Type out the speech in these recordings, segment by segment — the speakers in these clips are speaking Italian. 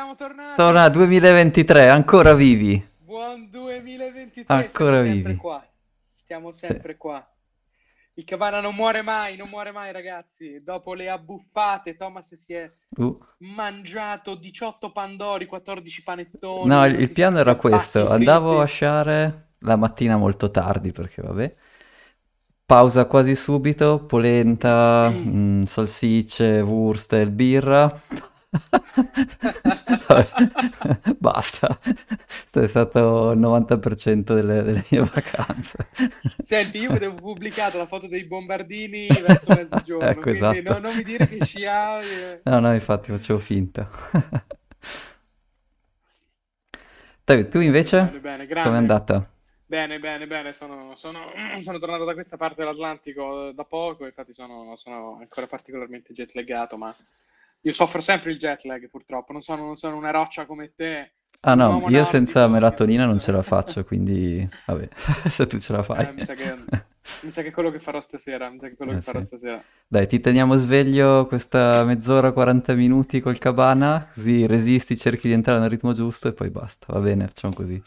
siamo tornati! Torna 2023, ancora vivi. Buon 2023, siamo Ancora sempre vivi. qua. Siamo Sì. sempre qua. Il Cabana non muore mai, ragazzi. Dopo le abbuffate, Thomas si è Uh. mangiato 18 pandori, 14 No, panettoni, il, non il si sa piano che era più, pasti questo. Andavo a fritti. sciare la mattina molto tardi perché vabbè. Pausa quasi subito, polenta, salsicce, wurstel, birra. Vabbè, basta. Questo è stato il 90% delle mie vacanze. Senti, io vedevo pubblicata la foto dei bombardini verso mezzogiorno, Ecco, quindi esatto. non mi dire che sciavi. No, no, infatti facevo finta. Tu invece? Bene, bene, Com'è grande. andata? Bene, bene, bene, sono tornato da questa parte dell'Atlantico da poco, infatti sono ancora particolarmente jetlaggato, ma io soffro sempre il jet lag purtroppo, non sono una roccia come te, Ah un no, uomo io senza nordico che... melatonina non ce la faccio, quindi vabbè, se tu ce la fai. mi sa che è quello che farò stasera, mi sa che è quello che farò Sì. stasera. Dai, ti teniamo sveglio questa mezz'ora, 40 minuti col cabana, così resisti, cerchi di entrare nel ritmo giusto e poi basta. Va bene, facciamo così.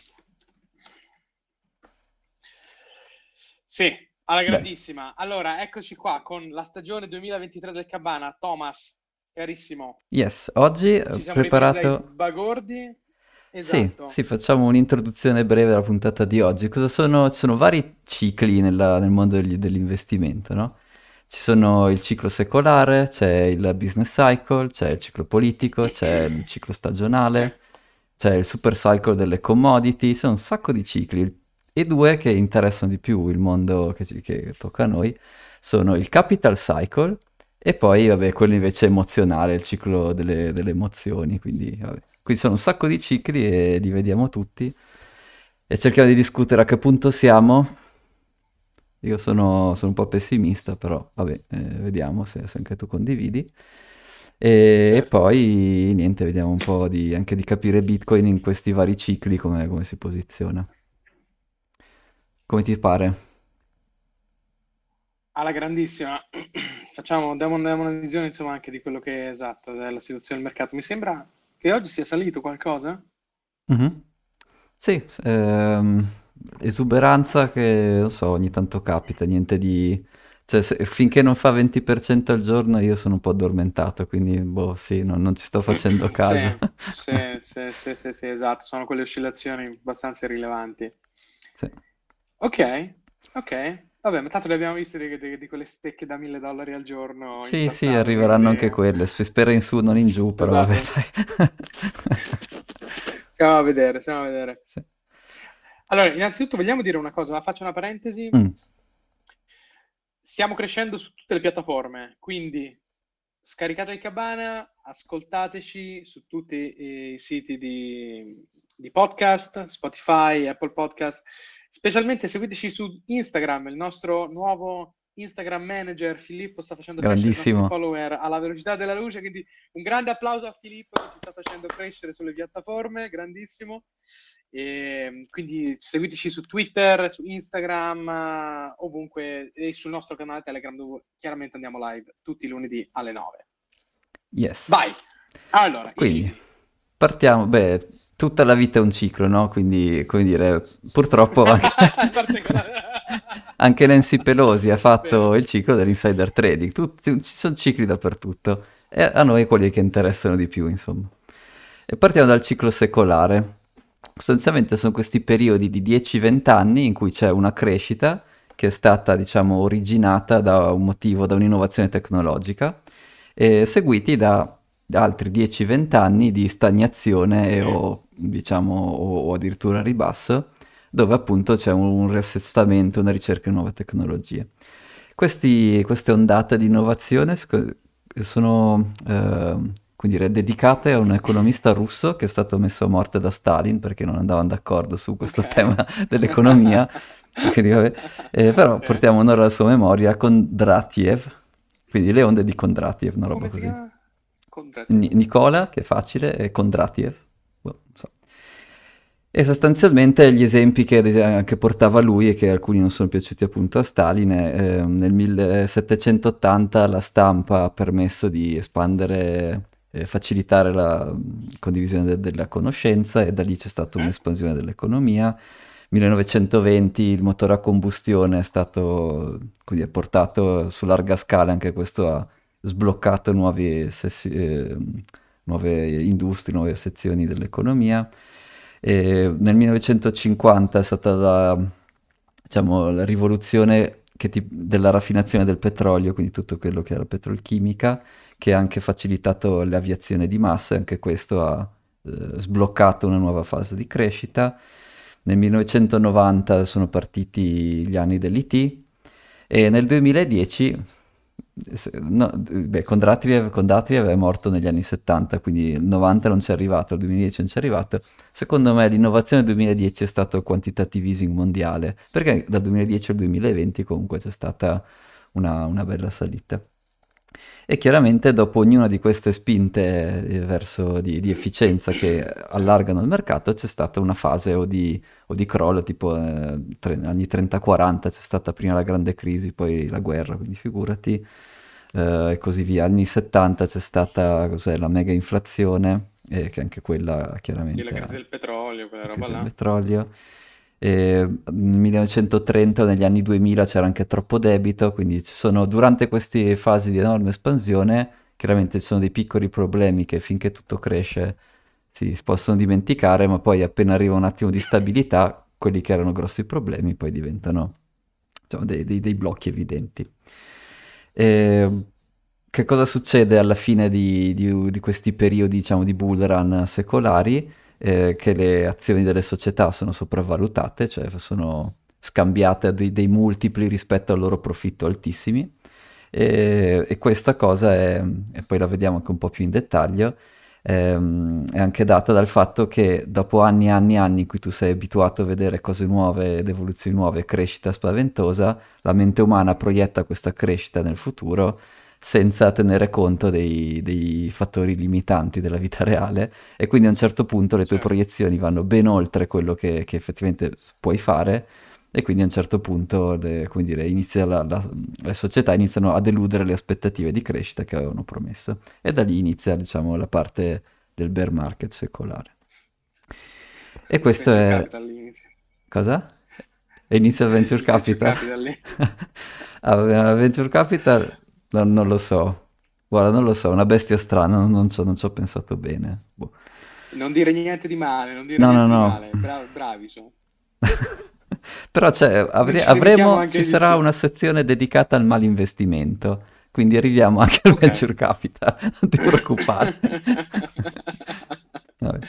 Sì, alla Dai. grandissima. Allora, eccoci qua con la stagione 2023 del Cabana. Thomas, carissimo, Yes, oggi ho ci siamo ripresi dai preparato. bagordi. Sì, Esatto. sì, facciamo un'introduzione breve della puntata di oggi. Cosa sono? Ci sono vari cicli nel mondo dell'investimento, no? Ci sono il ciclo secolare, c'è il business cycle, c'è il ciclo politico, c'è il ciclo Sì. stagionale, c'è il super cycle delle commodity, ci sono un sacco di cicli. E due che interessano di più il mondo che tocca a noi sono il capital cycle e poi, vabbè, quello invece emozionale, il ciclo delle emozioni, quindi, vabbè. Qui sono un sacco di cicli e li vediamo tutti e cerchiamo di discutere a che punto siamo. Io sono un po' pessimista, però, vabbè, vediamo se anche tu condividi. E Certo. poi, niente, vediamo un po' anche di capire Bitcoin in questi vari cicli, come si posiziona. Come ti pare? Alla grandissima. Diamo una visione, insomma, anche di quello che è esatto, della situazione del mercato. Mi sembra che oggi sia salito qualcosa? Mhm. Sì, esuberanza che, non so, ogni tanto capita, niente di. Cioè, finché non fa 20% al giorno io sono un po' addormentato, quindi, boh, sì, non ci sto facendo caso. Sì, sì, esatto. Sono quelle oscillazioni abbastanza rilevanti. Sì, Ok, ok. Vabbè, ma tanto le abbiamo viste di quelle stecche da $1.000 al giorno in sì, sì, passato, arriveranno quindi... anche quelle, si spera in su, non in giù, però vabbè, Esatto. dai. Stiamo a vedere, stiamo a vedere. Sì. Allora, innanzitutto vogliamo dire una cosa, faccio una parentesi. Mm, Stiamo crescendo su tutte le piattaforme, quindi scaricate il Cabana, ascoltateci su tutti i siti di podcast, Spotify, Apple Podcast, specialmente seguiteci su Instagram, il nostro nuovo Instagram manager Filippo sta facendo crescere i nostri grandissimo. follower alla velocità della luce, quindi un grande applauso a Filippo che ci sta facendo crescere sulle piattaforme, grandissimo. E quindi seguiteci su Twitter, su Instagram, ovunque e sul nostro canale Telegram dove chiaramente andiamo live tutti i lunedì alle 9. Yes. Vai! Allora, i Quindi, cicli. partiamo, beh, tutta la vita è un ciclo, no? Quindi, come dire, purtroppo anche, In particolare. anche Nancy Pelosi ha fatto Vero. il ciclo dell'insider trading. Ci sono cicli dappertutto. E a noi quelli che Sì. interessano di più, insomma. E partiamo dal ciclo secolare. Sostanzialmente sono questi periodi di 10-20 anni in cui c'è una crescita che è stata, diciamo, originata da un motivo, da un'innovazione tecnologica, seguiti da altri 10-20 anni di stagnazione Sì. o, diciamo, o addirittura ribasso, dove appunto c'è un riassestamento, una ricerca di nuove tecnologie. Queste ondate di innovazione sono come dire, dedicate a un economista russo che è stato messo a morte da Stalin perché non andavano d'accordo su questo Ok. tema dell'economia. Quindi, vabbè, però Sì. portiamo onore alla sua memoria con Dratiev, quindi le onde di Kondratiev, una roba Come si così. chiama? Kondratiev. Nicola, che è facile, e Kondratiev. Boh, non so. E sostanzialmente gli esempi che portava lui e che alcuni non sono piaciuti appunto a Stalin è nel 1780 la stampa ha permesso di espandere facilitare la condivisione della conoscenza e da lì c'è stata Sì. un'espansione dell'economia. 1920 il motore a combustione è stato quindi, è portato su larga scala, anche questo ha sbloccato nuove industrie, nuove sezioni dell'economia. E nel 1950 è stata diciamo, la rivoluzione della raffinazione del petrolio, quindi tutto quello che era petrolchimica, che ha anche facilitato l'aviazione di massa e anche questo ha sbloccato una nuova fase di crescita. Nel 1990 sono partiti gli anni dell'IT e nel 2010, no, beh, Kondratyrev è morto negli anni 70, quindi il 90 non c'è arrivato, il 2010 non c'è arrivato. Secondo me l'innovazione del 2010 è stato il quantitative easing mondiale, perché dal 2010 al 2020 comunque c'è stata una bella salita. E chiaramente dopo ognuna di queste spinte verso di efficienza che Sì. allargano il mercato c'è stata una fase o di crollo, tipo anni 30-40 c'è stata prima la grande crisi, poi la guerra, quindi figurati, e così via. Anni 70 c'è stata cos'è, la mega inflazione, che anche quella Sì, la chiaramente crisi ha del petrolio, quella la roba crisi del là. petrolio. E nel 1930 o negli anni 2000 c'era anche troppo debito, quindi durante queste fasi di enorme espansione, chiaramente ci sono dei piccoli problemi che finché tutto cresce si possono dimenticare, ma poi appena arriva un attimo di stabilità, quelli che erano grossi problemi poi diventano diciamo, dei blocchi evidenti. E che cosa succede alla fine di questi periodi, diciamo, di bull run secolari? Che le azioni delle società sono sopravvalutate, cioè sono scambiate a dei multipli rispetto al loro profitto altissimi. E questa cosa e poi la vediamo anche un po' più in dettaglio, è anche data dal fatto che dopo anni e anni e anni in cui tu sei abituato a vedere cose nuove ed evoluzioni nuove, crescita spaventosa, la mente umana proietta questa crescita nel futuro senza tenere conto dei fattori limitanti della vita reale e quindi a un certo punto le tue Certo. proiezioni vanno ben oltre quello che effettivamente puoi fare e quindi a un certo punto come dire, le società iniziano a deludere le aspettative di crescita che avevano promesso e da lì inizia diciamo la parte del bear market secolare. E Il questo venture è... capital all'inizio. Cosa? E inizia il venture Il venture capital? capital lì. Ah, venture capital non lo so. Guarda, non lo so, è una bestia strana, non ci ho pensato bene. Boh. Non dire niente di male, non dire No, no, niente di no. male. Bravi sono. Però Non ci dedichiamo anche ci ai sarà VC. una sezione dedicata al malinvestimento, quindi arriviamo anche al Ok. venture capital, non ti preoccupare. Vabbè.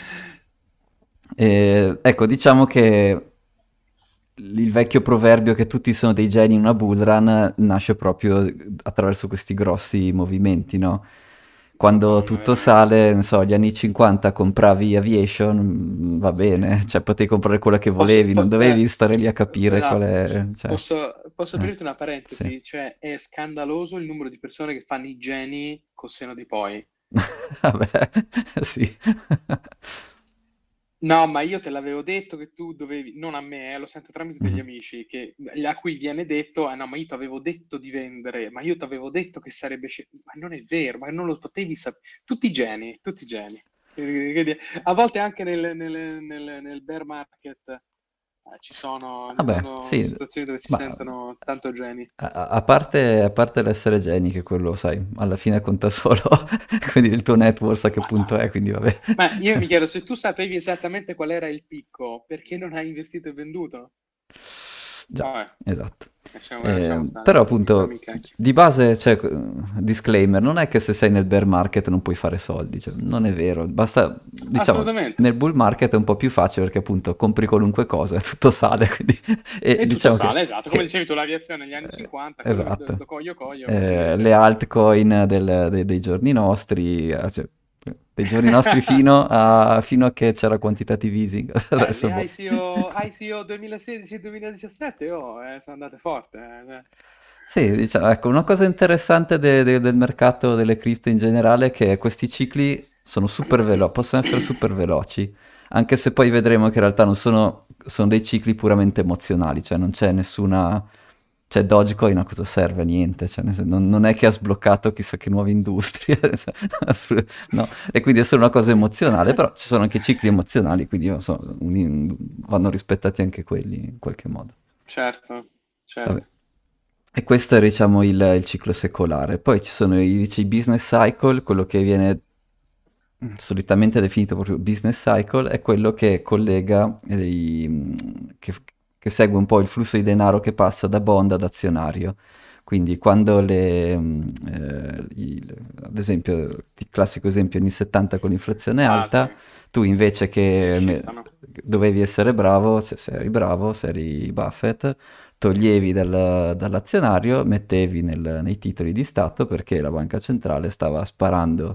Ecco, diciamo che il vecchio proverbio che tutti sono dei geni in una bull run nasce proprio attraverso questi grossi movimenti, no? Quando Madonna, tutto veramente. sale, non so, agli anni 50 compravi Aviation, va bene, cioè potevi comprare quella che Posso, volevi, non dovevi stare lì a capire qual esatto. è, cioè, Posso aprirti una sì. parentesi? Cioè, è scandaloso il numero di persone che fanno i geni col seno di poi. Vabbè, sì. No, ma io te l'avevo detto che tu dovevi, non a me, lo sento tramite degli Mhm. amici, a cui viene detto, no, ma io ti avevo detto di vendere, ma io ti avevo detto che sarebbe, ma non è vero, ma non lo potevi sapere. Tutti i geni. Quindi, a volte anche nel bear market ci Vabbè, sono sì, situazioni dove si ma sentono tanto geni. a parte l'essere geni, che quello, sai, alla fine conta solo, quindi il tuo network sa che Ma, punto è, quindi vabbè. ma io mi chiedo, se tu sapevi esattamente qual era il picco, perché non hai investito e venduto? Già, Vabbè, esatto. lasciamo stare, Però non mi appunto, incacchio. di base, cioè, disclaimer, non è che se sei nel bear market non puoi fare soldi, cioè, non è vero, basta, diciamo, Assolutamente. nel bull market è un po' più facile perché appunto compri qualunque cosa e tutto sale, quindi, e E tutto diciamo che, sale, esatto. Come che dicevi tu, l'aviazione negli anni 50, quello che esatto. do coglio coglio, così Le dice. altcoin dei giorni nostri, cioè, dei giorni nostri fino a che c'era quantitative easing, adesso Le boh. ICO 2016-2017, sono andate forte. Sì, diciamo, ecco, una cosa interessante del mercato delle cripto in generale è che questi cicli sono super veloci, possono essere super veloci, anche se poi vedremo che in realtà non sono dei cicli puramente emozionali, cioè non c'è Cioè, Dogecoin a cosa serve? A niente, cioè, non è che ha sbloccato chissà che nuove industrie, no? E quindi è solo una cosa emozionale, però ci sono anche cicli emozionali, quindi io non so, vanno rispettati anche quelli in qualche modo. Certo, Vabbè. certo. E questo è, diciamo, il ciclo secolare. Poi ci sono i business cycle, quello che viene solitamente definito proprio business cycle, è quello che collega, che segue un po' il flusso di denaro che passa da bond ad azionario. Quindi quando ad esempio, il classico esempio anni 70 con l'inflazione Ah, sì, alta, tu invece che che shiftano. dovevi essere bravo, se eri bravo, se eri Buffett, toglievi dall'azionario, mettevi nei titoli di Stato perché la banca centrale stava sparando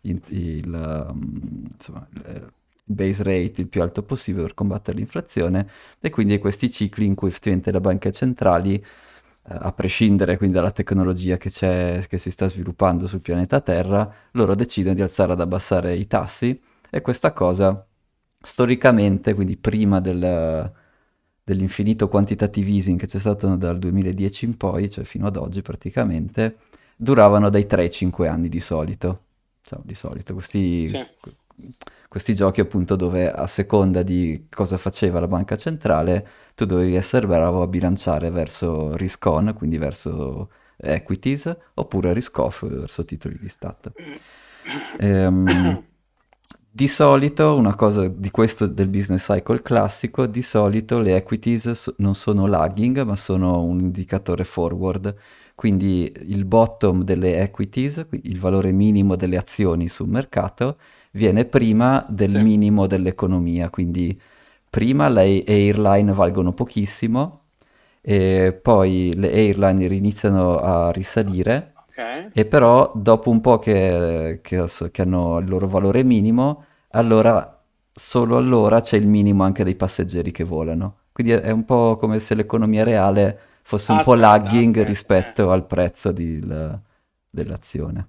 insomma, il base rate il più alto possibile per combattere l'inflazione e quindi questi cicli in cui effettivamente le banche centrali, a prescindere quindi dalla tecnologia che c'è, che si sta sviluppando sul pianeta Terra, loro decidono di alzare ad abbassare i tassi e questa cosa storicamente, quindi prima dell'infinito quantitative easing che c'è stato dal 2010 in poi, cioè fino ad oggi praticamente, duravano dai 3 ai 5 anni di solito. Insomma, di solito Sì. questi giochi appunto dove a seconda di cosa faceva la banca centrale tu dovevi essere bravo a bilanciare verso risk on, quindi verso equities, oppure risk off verso titoli di Stato. Ehm, di solito, una cosa di questo del business cycle classico, di solito le equities non sono lagging, ma sono un indicatore forward. Quindi il bottom delle equities, il valore minimo delle azioni sul mercato, viene prima del Sì, minimo dell'economia. Quindi prima le airline valgono pochissimo, e poi le airline iniziano a risalire ok. e però dopo un po' che hanno il loro valore minimo, allora solo allora c'è il minimo anche dei passeggeri che volano. Quindi è un po' come se l'economia reale fosse un po' Aspetta, lagging aspetta. rispetto al prezzo dell'azione.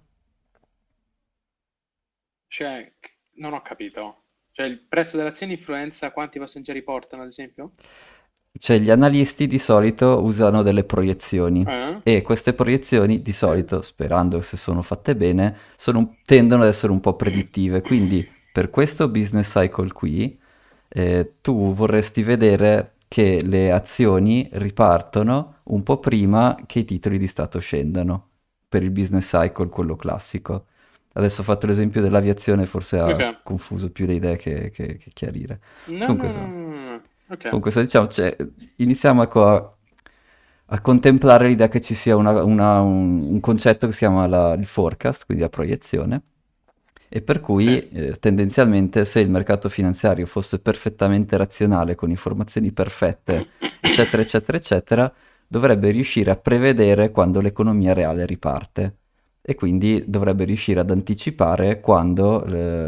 Cioè, non ho capito. Cioè, il prezzo dell'azione influenza quanti passeggeri portano, ad esempio? Cioè, gli analisti di solito usano delle proiezioni Eh? e queste proiezioni di Sì. solito, sperando se sono fatte bene, tendono ad essere un po' predittive. Quindi per questo business cycle qui, tu vorresti vedere che le azioni ripartono un po' prima che i titoli di Stato scendano, per il business cycle, quello classico. Adesso ho fatto l'esempio dell'aviazione, forse ha Ok. confuso più le idee che chiarire. No, Comunque, no, no, no, no, no. Ok. comunque diciamo, iniziamo ecco, a contemplare l'idea che ci sia un concetto che si chiama il forecast, quindi la proiezione, e per Sì. cui tendenzialmente se il mercato finanziario fosse perfettamente razionale, con informazioni perfette, eccetera, eccetera, eccetera, dovrebbe riuscire a prevedere quando l'economia reale riparte e quindi dovrebbe riuscire ad anticipare quando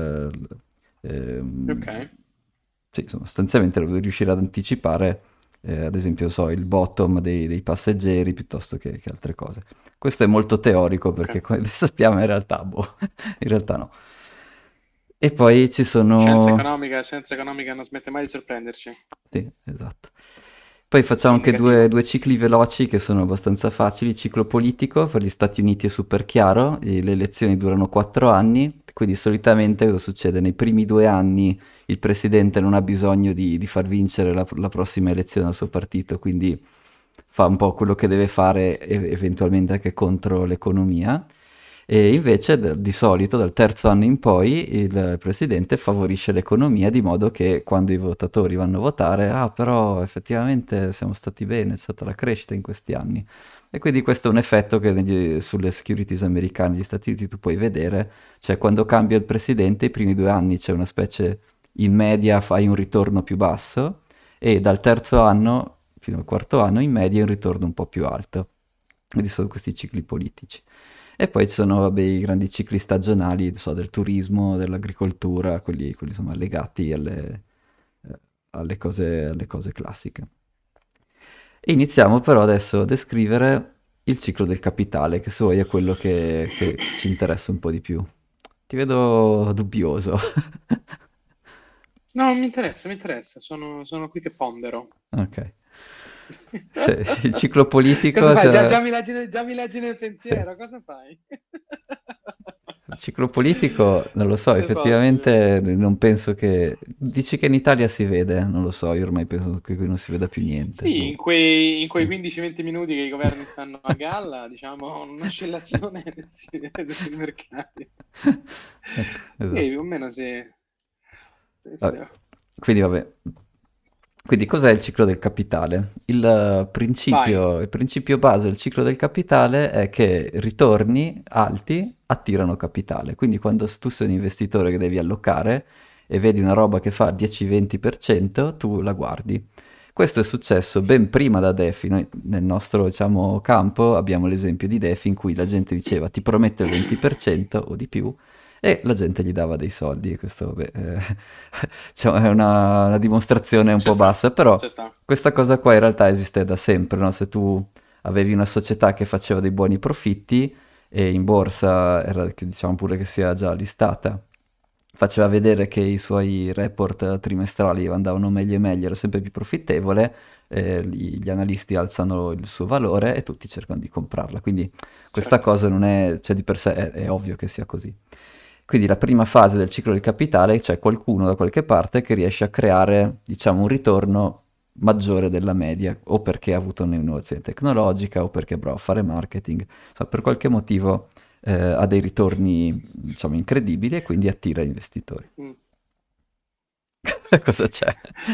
Ok. sì, insomma, sostanzialmente dovrebbe riuscire ad anticipare ad esempio so, il bottom dei passeggeri piuttosto che altre cose. Questo è molto teorico Ok. perché come sappiamo in realtà, boh, in realtà no. E poi ci sono Scienza economica non smette mai di sorprenderci. sì, esatto. Poi facciamo In anche due, negativo. due cicli veloci che sono abbastanza facili. Il ciclo politico per gli Stati Uniti è super chiaro, e le elezioni durano 4 anni, quindi solitamente cosa succede? Nei primi 2 anni il presidente non ha bisogno di far vincere la prossima elezione al suo partito, quindi fa un po' quello che deve fare eventualmente anche contro l'economia. E invece di solito dal terzo anno in poi il presidente favorisce l'economia di modo che quando i votatori vanno a votare, ah però effettivamente siamo stati bene, c'è stata la crescita in questi anni. E quindi questo è un effetto che sulle securities americane, negli Stati Uniti tu puoi vedere, cioè quando cambia il presidente i primi 2 anni c'è una specie, in media fai un ritorno più basso e dal terzo anno fino al quarto anno in media un ritorno un po' più alto. Quindi sono questi cicli politici. E poi ci sono, vabbè, i grandi cicli stagionali, so, del turismo, dell'agricoltura, quelli insomma legati alle cose classiche. E iniziamo però adesso a descrivere il ciclo del capitale, che se vuoi è quello che ci interessa un po' di più. Ti vedo dubbioso. No, mi interessa, mi interessa. Sono qui che pondero. Ok. Il ciclo Cosa politico, fai? Già mi leggi nel sì. pensiero, cosa fai? Il ciclo politico, non lo so, Non è possibile. effettivamente non penso che... Dici che in Italia si vede? Non lo so, io ormai penso che qui non si veda più niente. Sì, Boh. in quei Mm. 15-20 minuti che i governi stanno a galla, diciamo, un'oscillazione sui mercati. Ecco, Sì, esatto. più o meno sì. Sì, sì. Vabbè. Quindi vabbè. Quindi cos'è il ciclo del capitale? Vai. Il principio base del ciclo del capitale è che ritorni alti attirano capitale. Quindi quando tu sei un investitore che devi allocare e vedi una roba che fa 10-20%, tu la guardi. Questo è successo ben prima da DeFi. Noi nel nostro, diciamo, campo abbiamo l'esempio di DeFi in cui la gente diceva ti prometto il 20% o di più e la gente gli dava dei soldi. E questo, vabbè, diciamo, è una dimostrazione un Ci po' sta, bassa, però ci sta. questa cosa qua in realtà esiste da sempre, no? Se tu avevi una società che faceva dei buoni profitti e in borsa era, che diciamo pure che sia già listata, faceva vedere che i suoi report trimestrali andavano meglio e meglio, era sempre più profittevole, gli analisti alzano il suo valore e tutti cercano di comprarla. Quindi questa Certo. cosa non è, cioè di per sé è ovvio che sia così. Quindi la prima fase del ciclo del capitale c'è qualcuno da qualche parte che riesce a creare, diciamo, un ritorno maggiore della media, o perché ha avuto un'innovazione tecnologica, o perché è bravo a fare marketing, insomma, per qualche motivo ha dei ritorni, diciamo, incredibili e quindi attira investitori. Mm. Cosa c'è?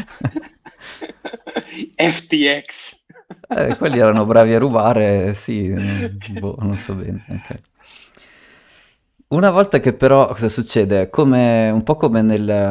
FTX. Quelli erano bravi a rubare, sì, boh, non so bene, ok. Una volta che però cosa succede? Come, un po' come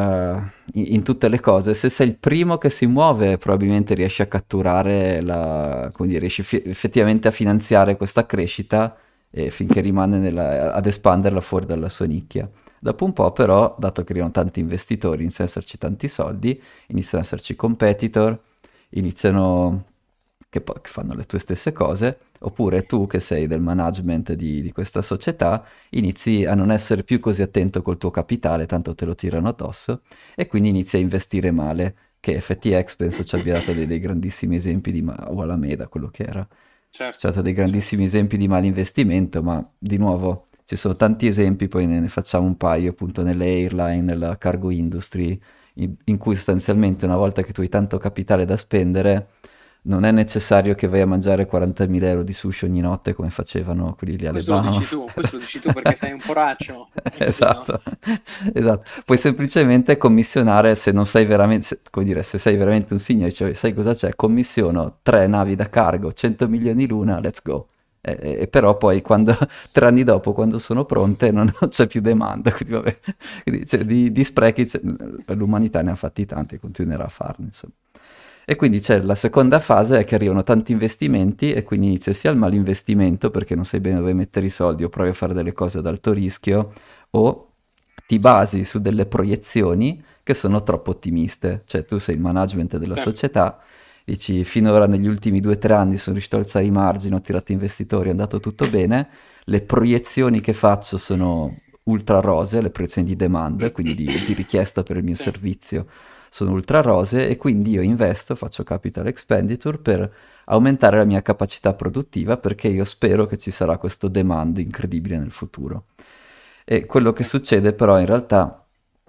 in tutte le cose, se sei il primo che si muove, probabilmente riesci a catturare come dire, riesci effettivamente a finanziare questa crescita finché rimane ad espanderla fuori dalla sua nicchia. Dopo un po', però, dato che arrivano tanti investitori, iniziano ad esserci tanti soldi, iniziano ad esserci competitor, iniziano che fanno le tue stesse cose, oppure tu che sei del management di questa società inizi a non essere più così attento col tuo capitale, tanto te lo tirano addosso, e quindi inizi a investire male, che FTX penso ci abbia dato dei grandissimi esempi o Alameda, quello che era. Ci ha Certo, dato dei certo. grandissimi esempi di malinvestimento, ma di nuovo ci sono tanti esempi, poi ne facciamo un paio appunto nelle airline, nella cargo industry, in cui sostanzialmente una volta che tu hai tanto capitale da spendere, non è necessario che vai a mangiare 40.000 euro di sushi ogni notte come facevano quelli lì alle Bahamas. Questo lo dici tu perché sei un poraccio, hai capito? Esatto, esatto. Puoi semplicemente commissionare se non sei veramente, come dire, se sei veramente un signore, cioè, sai cosa c'è? Commissiono 3 navi da cargo, 100 milioni l'una, let's go. E però poi quando, 3 anni dopo, quando sono pronte, non c'è più demanda. Quindi, vabbè, quindi, cioè, di sprechi l'umanità ne ha fatti tanti e continuerà a farne, insomma. E quindi c'è la seconda fase è che arrivano tanti investimenti e quindi inizia sia il malinvestimento perché non sai bene dove mettere i soldi o provi a fare delle cose ad alto rischio o ti Sì, basi su delle proiezioni che sono troppo ottimiste. Cioè tu sei il management della sì, società, dici finora negli ultimi 2 o 3 anni sono riuscito a alzare i margini, ho tirato investitori, è andato tutto bene, le proiezioni che faccio sono ultra rose, le proiezioni di demand, quindi di richiesta per il mio sì. servizio sono ultra rose e quindi io investo, faccio capital expenditure per aumentare la mia capacità produttiva perché io spero che ci sarà questo demand incredibile nel futuro. E quello che Sì. succede però in realtà,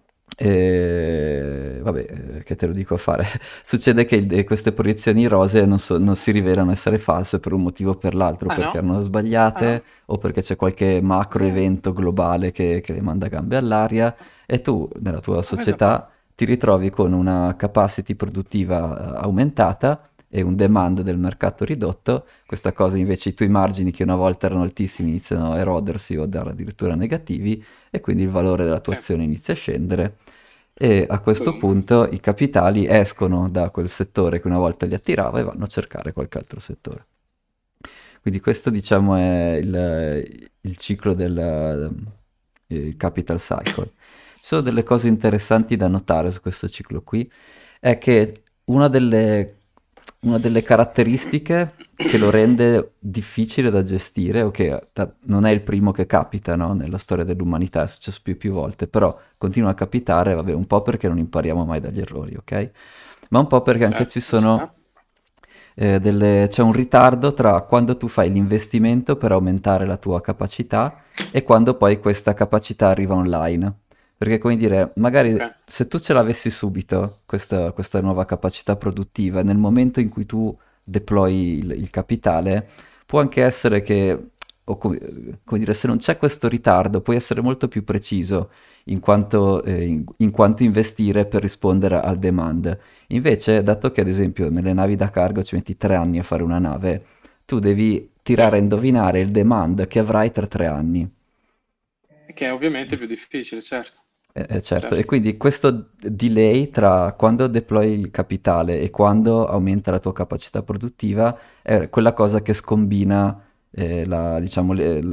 vabbè, che te lo dico a fare, succede che queste proiezioni rose non si rivelano essere false per un motivo o per l'altro, Ah perché no? erano Ah no? sbagliate o perché c'è qualche macro Sì. evento globale che le manda gambe all'aria e tu nella tua Ma pensa a fa. società ti ritrovi con una capacity produttiva aumentata e un demand del mercato ridotto, questa cosa invece i tuoi margini che una volta erano altissimi iniziano a erodersi o ad andare addirittura negativi e quindi il valore della tua Sì. azione inizia a scendere e a questo Boom. punto i capitali escono da quel settore che una volta li attirava e vanno a cercare qualche altro settore. Quindi questo diciamo è il ciclo del il capital cycle. Ci sono delle cose interessanti da notare su questo ciclo qui, è che una delle caratteristiche che lo rende difficile da gestire, o che non è il primo che capita, no? Nella storia dell'umanità, è successo più e più volte, però continua a capitare, vabbè, un po' perché non impariamo mai dagli errori, ok? Ma un po' perché anche ci Certo, ci sono sta. c'è un ritardo tra quando tu fai l'investimento per aumentare la tua capacità e quando poi questa capacità arriva online. Perché, come dire, magari Ok. se tu ce l'avessi subito, questa nuova capacità produttiva, nel momento in cui tu deploy il capitale, può anche essere che, o come dire, se non c'è questo ritardo, puoi essere molto più preciso in quanto investire per rispondere al demand. Invece, dato che ad esempio nelle navi da cargo ci metti 3 anni a fare una nave, tu devi Sì. tirare a indovinare il demand che avrai tra 3 anni. Che è ovviamente più difficile, certo. Certo, e Certo. quindi questo delay tra quando deploy il capitale e quando aumenta la tua capacità produttiva è quella cosa che scombina, diciamo,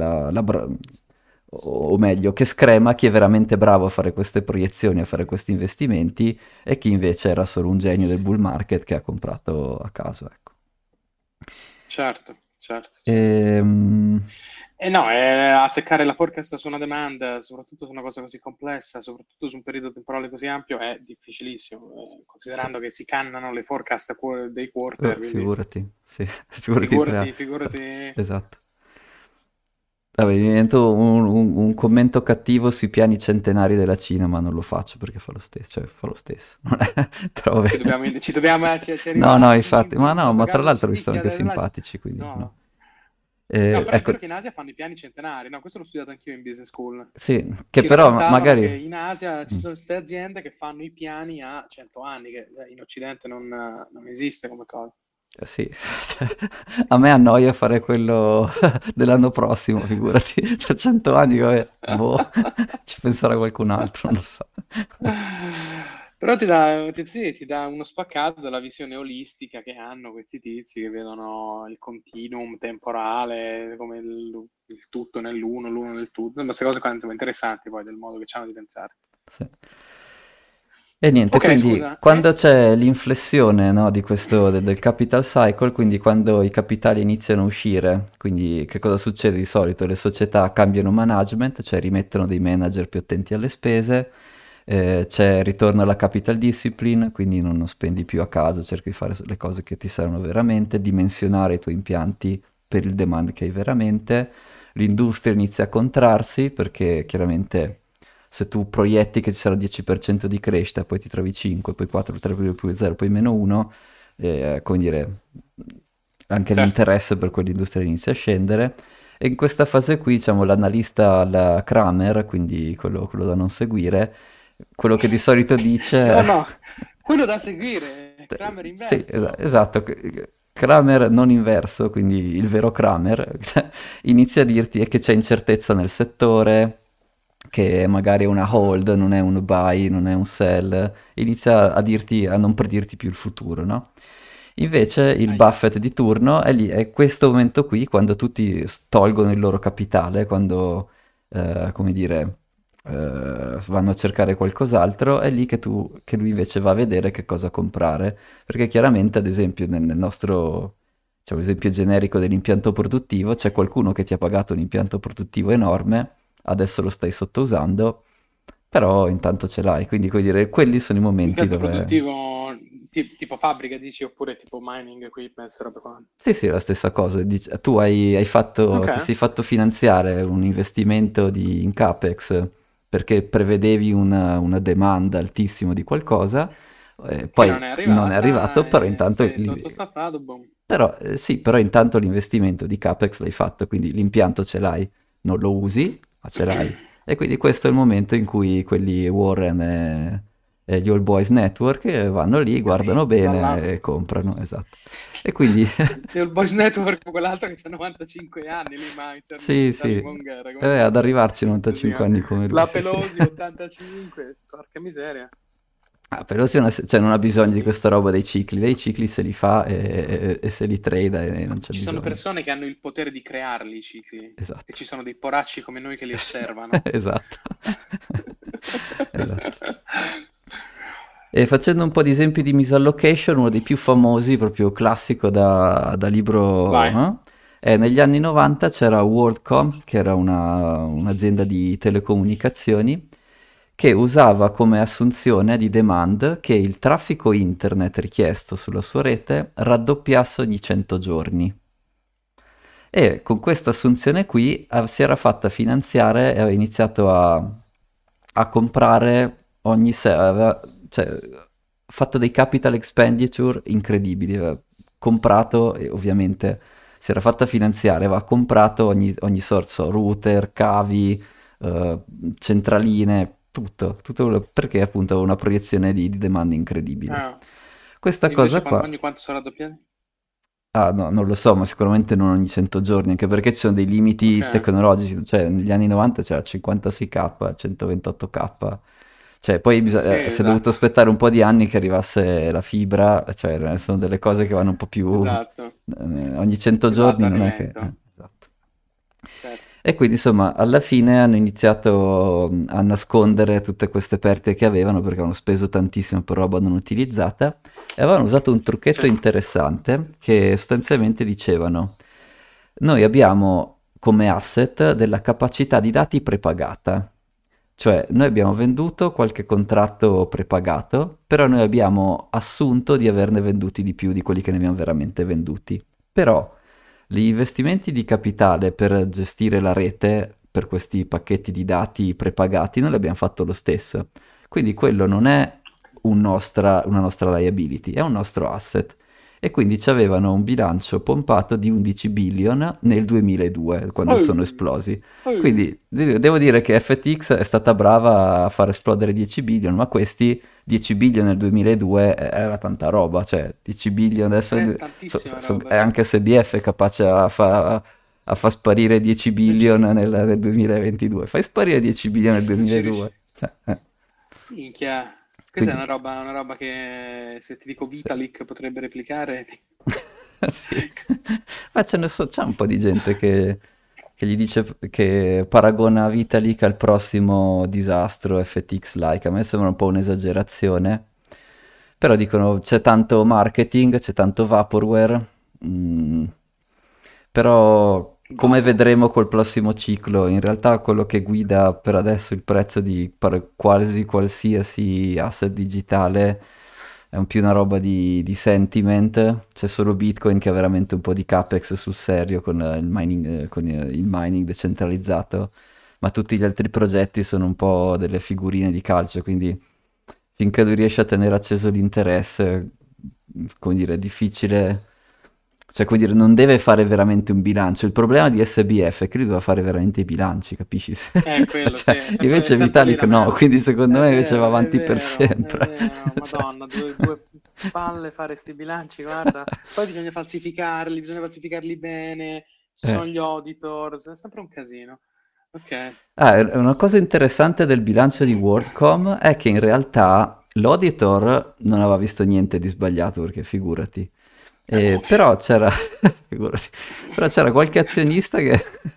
o meglio, che screma chi è veramente bravo a fare queste proiezioni, a fare questi investimenti e chi invece era solo un genio del bull market che ha comprato a caso, ecco. Certo, certo, certo. Ehm, E no, azzeccare la forecast su una domanda, soprattutto su una cosa così complessa, soprattutto su un periodo temporale così ampio, è difficilissimo, sì. considerando che si cannano le forecast dei quarter, quindi Figurati, sì, figurati figurati, figurati. esatto. Vabbè, mi viene un commento cattivo sui piani centenari della Cina, ma non lo faccio perché fa lo stesso, cioè fa lo stesso. Però vabbè. Ci No, arriva, no, ci infatti, ma no, incomincia a ma tra pagare il l'altro mi stanno civicchia anche della... simpatici, quindi no. No. No, però è Ecco, vero che in Asia fanno i piani centenari, no, questo l'ho studiato anch'io in business school. sì, che Ci però raccontavano che magari... in Asia ci Mm. sono queste aziende che fanno i piani a 100 anni, che in Occidente non esiste come cosa. Sì, cioè, a me annoia fare quello dell'anno prossimo, figurati, tra 100 anni, vabbè, boh, ci penserà qualcun altro, non lo so. Però sì, ti dà uno spaccato dalla visione olistica che hanno questi tizi che vedono il continuum temporale come il tutto nell'uno, l'uno nel tutto. Ma queste cose qua sono interessanti poi del modo che hanno di pensare. Sì. E niente, Ok, quindi scusa, quando c'è l'inflessione, no, di questo del capital cycle, quindi quando i capitali iniziano a uscire, quindi che cosa succede di solito? Le società cambiano management, cioè rimettono dei manager più attenti alle spese, c'è ritorno alla capital discipline, quindi non spendi più a caso, cerchi di fare le cose che ti servono veramente, dimensionare i tuoi impianti per il demand che hai veramente, l'industria inizia a contrarsi perché chiaramente se tu proietti che ci sarà 10% di crescita, poi ti trovi 5, poi 4, 3, poi 0, poi meno 1, come dire, anche certo. l'interesse per quell'industria inizia a scendere. E in questa fase qui, diciamo, l'analista, la Kramer, quindi quello da non seguire, quello che di solito No, dice... no, quello da seguire, Kramer Sì, inverso. esatto. Kramer non inverso, quindi il vero Kramer, inizia a dirti è che c'è incertezza nel settore, che magari è una Ah, hold, non è un buy, non è un sell, inizia a dirti, a non predirti più il futuro, no? Invece il aia. Buffett di turno è lì, è questo momento qui, quando tutti tolgono il loro capitale, quando, come dire, vanno a cercare qualcos'altro, è lì che lui invece va a vedere che cosa comprare. Perché chiaramente, ad esempio, nel nostro, diciamo, esempio generico dell'impianto produttivo, c'è qualcuno che ti ha pagato un impianto produttivo enorme, adesso lo stai sottousando, però intanto ce l'hai. Quindi, come dire, quelli sono i momenti Impianto dove... produttivo tipo fabbrica, dici, oppure tipo mining equipment, roba qua. Sì, sì, la stessa cosa. Tu Ok, ti sei fatto finanziare un investimento in CAPEX perché prevedevi una demanda altissima di qualcosa, che poi non è non è arrivato, arrivata però e intanto, sei sottostaffato, boom. sì, però intanto l'investimento di CAPEX l'hai fatto, quindi l'impianto ce l'hai, non lo usi, ma ce l'hai. E quindi questo è il momento in cui quelli Warren e gli All Boys Network vanno lì, guardano bene Dalla... e comprano, esatto. E quindi E il Boys Network, quell'altro che ha 95 anni lì, ma sì, Charlie sì, Munger, come si ad chiama? arrivarci Come si 95 chiama? anni come lui, La sì, sì. Pelosi 85, porca miseria. Ah, però sì, cioè, non ha bisogno di questa roba dei cicli, lei i cicli se li fa e se li trada e non c'è Ci sono bisogno. persone che hanno il potere di crearli i cicli e Esatto. ci sono dei poracci come noi che li osservano. Esatto. Esatto. E facendo un po' di esempi di misallocation, uno dei più famosi, proprio classico da libro, Vai. negli anni 90 c'era WorldCom, che era un'azienda di telecomunicazioni, che usava come assunzione di demand che il traffico internet richiesto sulla sua rete raddoppiasse ogni 100 giorni. E con questa assunzione qui si era fatta finanziare e aveva iniziato a comprare aveva, cioè, fatto dei capital expenditure incredibili, aveva comprato e ovviamente si era fatta finanziare, aveva comprato ogni sorta, router, cavi, eh, centraline, perché appunto aveva una proiezione di demand incredibile. Ah, Questa invece cosa qua. ogni quanto sarà raddoppiato? Ah, no, non lo so, ma sicuramente non ogni 100 giorni, anche perché ci sono dei Ok, limiti tecnologici, cioè negli anni 90 c'era 56k, 128k, cioè poi sì, si è dovuto esatto, aspettare un po' di anni che arrivasse la fibra, cioè sono delle cose che vanno un po' più. esatto, Ogni 100 giorni esatto, a non è che. rimento, Esatto. certo. E quindi insomma alla fine hanno iniziato a nascondere tutte queste perdite che avevano perché avevano speso tantissimo per roba non utilizzata e avevano usato un Sì. trucchetto interessante che sostanzialmente dicevano: noi abbiamo come asset della capacità di dati prepagata, cioè noi abbiamo venduto qualche contratto prepagato, però noi abbiamo assunto di averne venduti di più di quelli che ne abbiamo veramente venduti. Però gli investimenti di capitale per gestire la rete per questi pacchetti di dati prepagati noi l'abbiamo fatto lo stesso. Quindi quello non è una nostra liability, è un nostro asset. E quindi ci avevano un bilancio pompato di 11 billion nel 2002, quando Oh, sono esplosi. oh. Quindi devo dire che FTX è stata brava a far esplodere 10 billion, ma questi 10 billion nel 2002 era tanta roba, cioè 10 billion adesso È tantissima roba, è sì. anche SBF è capace a far sparire 10 billion nel 2022. Fai sparire 10 billion nel Ci riesci. 2002. Minchia, questa è Quindi, una roba che se ti dico sì. Vitalik potrebbe replicare. Sì. Ma c'è un po' di gente che gli dice che paragona Vitalik al prossimo disastro FTX-like. A me sembra un po' un'esagerazione. Però dicono c'è tanto marketing, c'è tanto vaporware. mm, Però come Vapo. vedremo col prossimo ciclo, in realtà quello che guida per adesso il prezzo di quasi qualsiasi asset digitale è un più una roba di sentiment. C'è solo Bitcoin che ha veramente un po' di capex sul serio con il mining decentralizzato, ma tutti gli altri progetti sono un po' delle figurine di calcio, quindi finché lui riesce a tenere acceso l'interesse, come dire, è difficile, cioè, come dire, non deve fare veramente un bilancio. Il problema di SBF è che lui doveva fare veramente i bilanci, capisci? Quello, sì, Cioè, è invece sempre lì Vitalik la no, merda. quindi secondo me invece va È avanti per vero, è sempre. vero, Cioè, Madonna, due palle fare sti bilanci, guarda. Poi bisogna falsificarli bene, ci eh. sono gli auditors, è sempre un casino. Ok. Ah, una cosa interessante del bilancio di WorldCom è che in realtà l'auditor non aveva visto niente di sbagliato, perché figurati. È ovvio. Però c'era, figurati, però c'era qualche azionista che.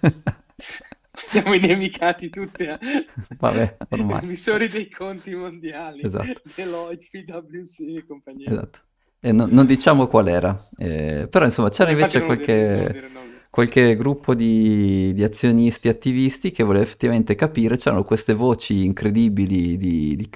Ci siamo inimicati tutti, Vabbè, ormai. emisori dei conti mondiali, Esatto, Deloitte, PwC e compagnia. esatto. E non diciamo qual era. Però insomma c'era No, infatti invece non lo dire, non lo qualche, dire, non lo dire. qualche gruppo di azionisti attivisti che voleva effettivamente capire, c'erano queste voci incredibili di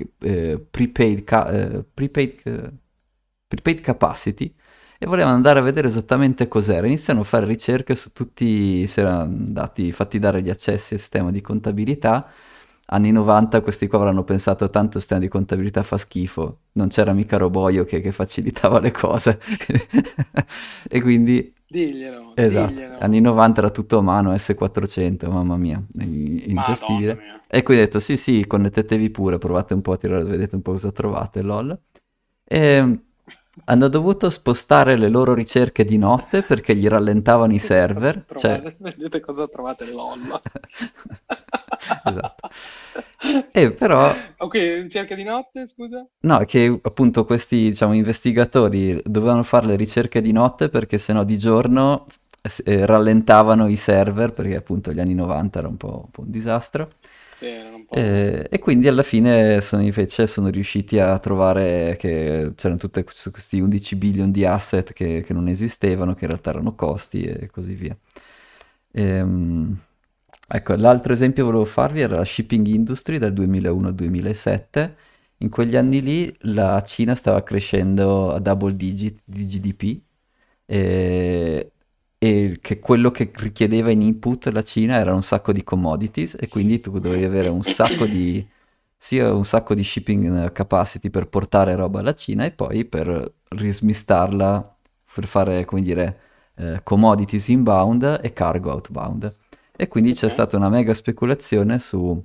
prepaid capacity e volevano andare a vedere esattamente cos'era. Iniziano a fare ricerche su tutti, si erano fatti dare gli accessi al sistema di contabilità. Anni 90 questi qua avranno pensato tanto il sistema di contabilità fa schifo, non c'era mica Roboio che facilitava le cose. E quindi, Diglielo, esatto, diglielo. anni 90 era tutto a mano, S400, mamma mia, Madonna ingestibile. mia. E quindi ho detto sì sì, connettetevi pure, provate un po' a tirare, vedete un po' cosa trovate, lol. E hanno dovuto spostare le loro ricerche di notte perché gli rallentavano i server, cioè. Vedete cosa trovate LOL. Esatto. E però, Ok, cerca di notte, scusa? no, che appunto questi, diciamo, investigatori dovevano fare le ricerche di notte perché sennò di giorno rallentavano i server, perché appunto gli anni 90 era un po' un disastro. Sì, erano un po'. E quindi alla fine invece sono riusciti a trovare che c'erano tutti questi 11 billion di asset che non esistevano, che in realtà erano costi e così via. Ehm, Ecco, l'altro esempio che volevo farvi era la shipping industry dal 2001 al 2007. In quegli anni lì la Cina stava crescendo a double digit di GDP e, e che quello che richiedeva in input la Cina era un sacco di commodities e quindi tu dovevi avere un sacco di, sia un sacco di shipping capacity per portare roba alla Cina e poi per rismistarla, per fare, come dire, commodities inbound e cargo outbound. E quindi c'è Ok, stata una mega speculazione su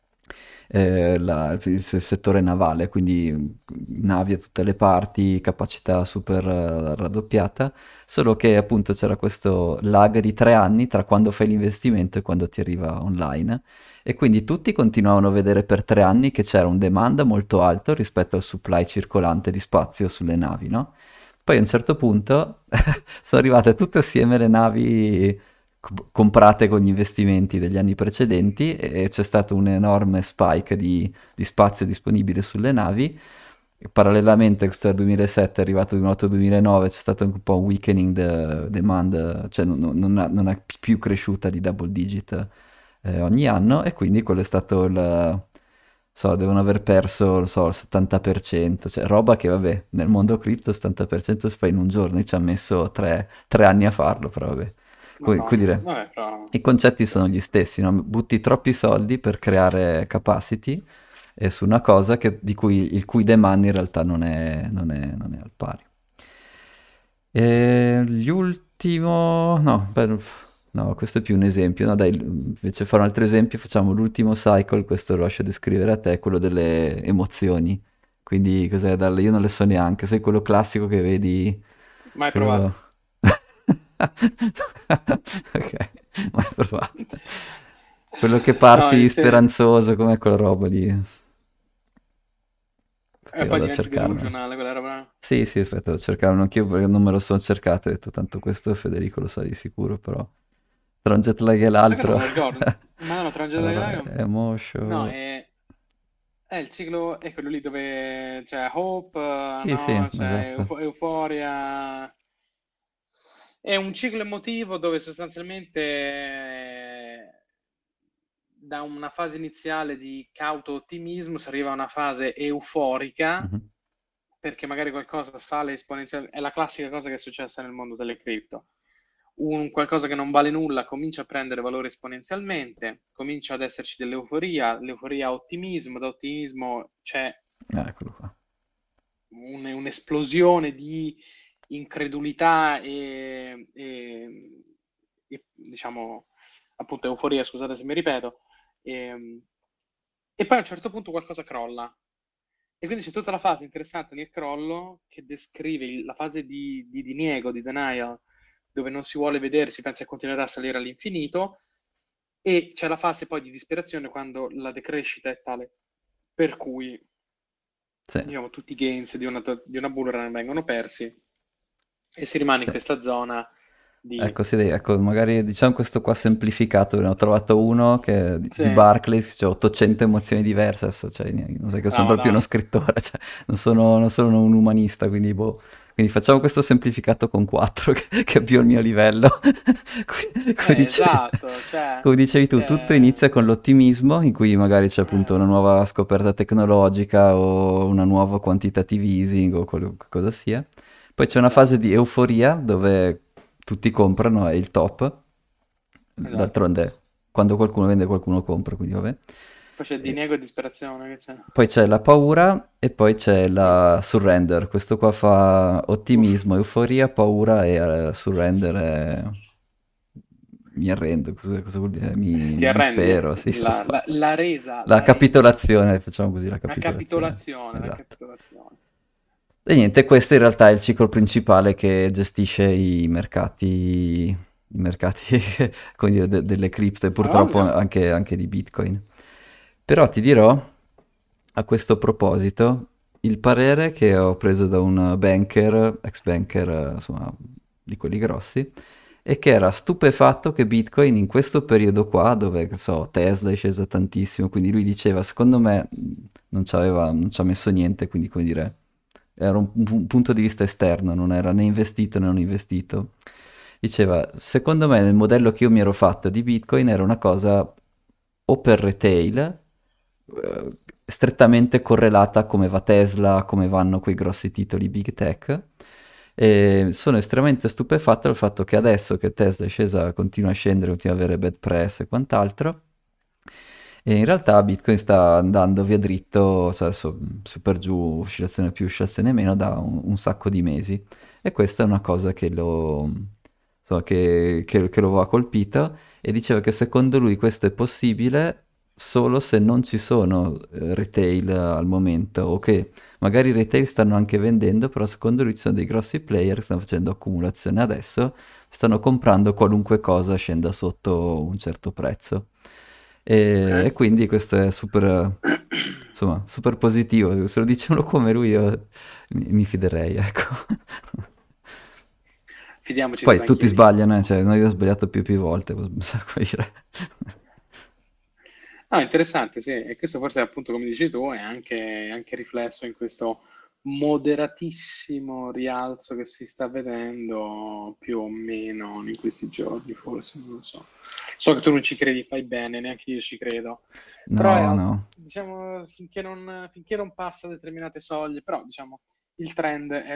il settore navale, quindi navi a tutte le parti, capacità super raddoppiata, solo che appunto c'era questo lag di 3 anni tra quando fai l'investimento e quando ti arriva online. E quindi tutti continuavano a vedere per 3 anni che c'era un demand molto alto rispetto al supply circolante di spazio sulle navi, no? Poi a un certo punto sono arrivate tutte assieme le navi comprate con gli investimenti degli anni precedenti e c'è stato un enorme spike di spazio disponibile sulle navi. E parallelamente, questo è il 2007, è arrivato 2008-2009, c'è stato un po' un weakening demand, cioè non è più cresciuta di double digit ogni anno e quindi quello è stato il... So, devono aver perso, lo so, il 70%, cioè roba che vabbè, nel mondo cripto il 70% si fa in un giorno, io ci ha messo 3 anni a farlo, però vabbè. Come Madonna, dire, vabbè, però... i concetti sono gli stessi, no? Butti troppi soldi per creare capacity su una cosa il cui demand in realtà non è al pari. E l'ultimo, no, beh, no, questo è più un esempio, no, dai, invece fare un altro esempio, facciamo l'ultimo cycle, questo lo lascio descrivere a te, quello delle emozioni. Quindi cos'è? Io non le so neanche, sei quello classico che vedi, Mai provato. quello... Ok, mai provato. Quello che No, parti speranzoso, come quella roba lì. e Perché poi vado a diventi cercarmelo. delusionale quella roba. Sì, sì, aspetta, devo cercarlo anch'io perché non me lo sono cercato, ho detto tanto questo Federico lo sa di sicuro, però tra un jet lag e Ma sai che non l'altro... me lo ricordo? Ma no, Trangelo Allora, Dragon? No, emotion... è il ciclo, è quello lì dove c'è Hope, Sì, sì, no? C'è esatto. Euforia. È un ciclo emotivo dove sostanzialmente da una fase iniziale di cauto ottimismo si arriva a una fase euforica Mhm. perché magari qualcosa sale esponenzialmente. È la classica cosa che è successa nel mondo delle cripto. Un qualcosa che non vale nulla comincia a prendere valore esponenzialmente, comincia ad esserci dell'euforia, l'euforia a ottimismo, da ottimismo c'è Eccolo qua. un'esplosione di incredulità diciamo appunto euforia, scusate se mi ripeto, e, e poi a un certo punto qualcosa crolla. E quindi c'è tutta la fase interessante nel crollo che descrive la fase di diniego, di denial, dove non si vuole vedere, si pensa che continuerà a salire all'infinito, e c'è la fase poi di disperazione quando la decrescita è tale per cui Sì, diciamo, tutti i gains di una bull run vengono persi e si rimane in sì. questa zona di... Ecco, sì, ecco, magari diciamo questo qua semplificato, ne ho trovato uno che, Sì, di Barclays, che c'è 800 emozioni diverse, adesso, cioè, non sai che la sono proprio uno Madonna. scrittore, cioè, non sono un umanista, quindi boh. Quindi facciamo questo semplificato con 4, che è più al mio livello. Come dicevi, Esatto, cioè, come dicevi tu, tutto cioè, inizia con l'ottimismo, in cui magari c'è appunto una eh, nuova scoperta tecnologica o una nuova quantitative easing o qualunque cosa sia. Poi c'è una fase esatto, di euforia dove tutti comprano, è il top. esatto. D'altronde, quando qualcuno vende, qualcuno compra, quindi vabbè. Poi c'è E diniego e disperazione che c'è. poi c'è la paura e poi c'è Mm. la surrender. Questo qua fa Uff. ottimismo, euforia, paura e surrender è... Mi arrendo, cosa vuol dire? Ti Mi arrendi? dispero, sì, lo so. La resa, La la resa. capitolazione, facciamo così, la capitolazione. La Esatto. capitolazione. E niente, questo in realtà è il ciclo principale che gestisce i mercati come dire, delle cripto e Ha purtroppo voglia? anche di Bitcoin. Però ti dirò, a questo proposito, il parere che ho preso da un banker, ex banker, insomma, di quelli grossi, è che era stupefatto che Bitcoin in questo periodo qua, dove, che so, Tesla è scesa tantissimo, quindi lui diceva, secondo me non ci ha messo niente, quindi come dire era un punto di vista esterno, non era né investito né non investito. Diceva, secondo me nel modello che io mi ero fatto di Bitcoin era una cosa o per retail, strettamente correlata a come va Tesla, come vanno quei grossi titoli big tech. E sono estremamente stupefatto dal fatto che adesso che Tesla è scesa, continua a scendere, continua ad avere bad press e quant'altro, e in realtà Bitcoin sta andando via dritto, cioè, adesso super giù, oscillazione più, oscillazione meno, da un sacco di mesi. E questa è una cosa che lo, insomma, che lo aveva colpito, e diceva che secondo lui questo è possibile solo se non ci sono retail al momento, o che magari i retail stanno anche vendendo, però secondo lui ci sono dei grossi player che stanno facendo accumulazione adesso, stanno comprando qualunque cosa scenda sotto un certo prezzo. E Ok. quindi questo è super, insomma, super positivo. Se lo dice uno come lui, io mi fiderei, ecco. Fidiamoci dei Poi tutti banchieri. sbagliano, cioè noi abbiamo sbagliato più volte, un sacco di Ah, interessante, sì, e questo forse appunto, come dici tu, è anche riflesso in questo moderatissimo rialzo che si sta vedendo più o meno in questi giorni, forse, non lo so. So che tu non ci credi, fai bene, neanche io ci credo, però No, no. diciamo, finché non passa determinate soglie, però diciamo, il trend è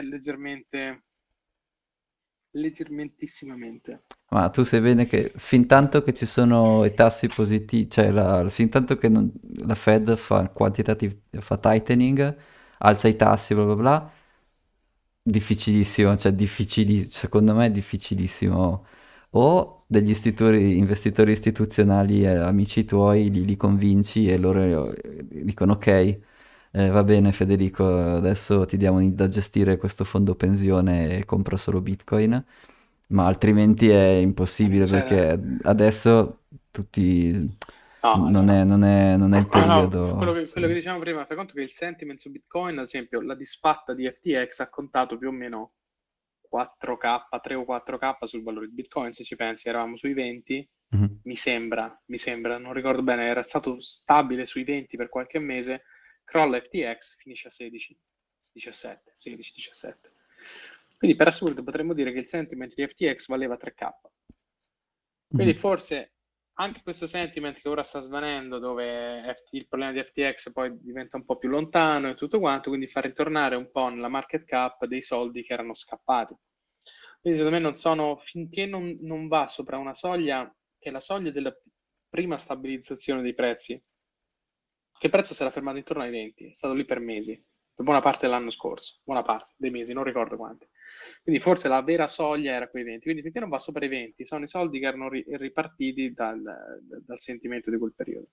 leggermentissimamente. Ma tu sai bene che fin tanto che ci sono i tassi positivi, cioè fin tanto che la Fed fa fa tightening, alza i tassi, bla bla bla, difficilissimo, cioè secondo me è difficilissimo. O degli investitori istituzionali, amici tuoi, li convinci e loro dicono ok, va bene Federico, adesso ti diamo da gestire questo fondo pensione e compra solo Bitcoin, ma altrimenti è Non impossibile c'è da... perché adesso tutti... No, no, no. Non è il No, quello periodo... che, sì. quello che dicevamo prima, fai conto che il sentiment su Bitcoin, ad esempio, la disfatta di FTX ha contato più o meno 4K, 3 o 4K sul valore di Bitcoin, se ci pensi, eravamo sui 20, Mhm. mi sembra, non ricordo bene, era stato stabile sui 20 per qualche mese, crolla FTX, finisce a 16, 17, 16, 17. Quindi per assurdo potremmo dire che il sentiment di FTX valeva 3K. Quindi Mhm. forse anche questo sentiment che ora sta svanendo, dove il problema di FTX poi diventa un po' più lontano e tutto quanto, quindi fa ritornare un po' nella market cap dei soldi che erano scappati. Quindi secondo me non sono, finché non va sopra una soglia, che è la soglia della prima stabilizzazione dei prezzi, che il prezzo si era fermato intorno ai 20, è stato lì per mesi, per buona parte dell'anno scorso, buona parte dei mesi, non ricordo quanti. Quindi forse la vera soglia era quei 20, quindi finché non va sopra i 20 sono i soldi che erano ripartiti dal sentimento di quel periodo.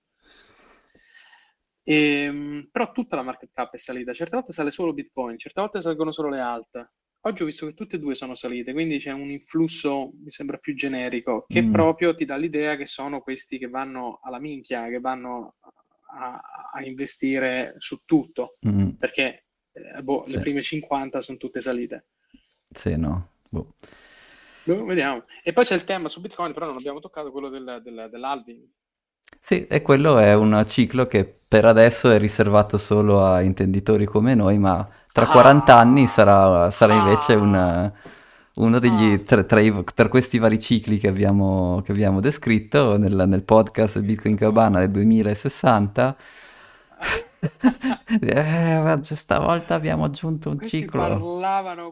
Però tutta la market cap è salita, certe volte sale solo Bitcoin, certe volte salgono solo le alt. Oggi ho visto che tutte e due sono salite, quindi c'è un influsso, mi sembra più generico, che Mm, proprio ti dà l'idea che sono questi che vanno alla minchia, che vanno a investire su tutto, mm, perché le sì, prime 50 sono tutte salite. sì, no. Boh. Vediamo. E poi c'è il tema su Bitcoin, però non abbiamo toccato quello dell'halving. Sì, e quello è un ciclo che per adesso è riservato solo a intenditori come noi, ma tra 40 anni Ah, sarà invece ah, uno ah. degli, tra questi vari cicli che abbiamo descritto nel podcast Bitcoin Cabana del 2060. Ma stavolta abbiamo aggiunto un Questi ciclo. parlavano,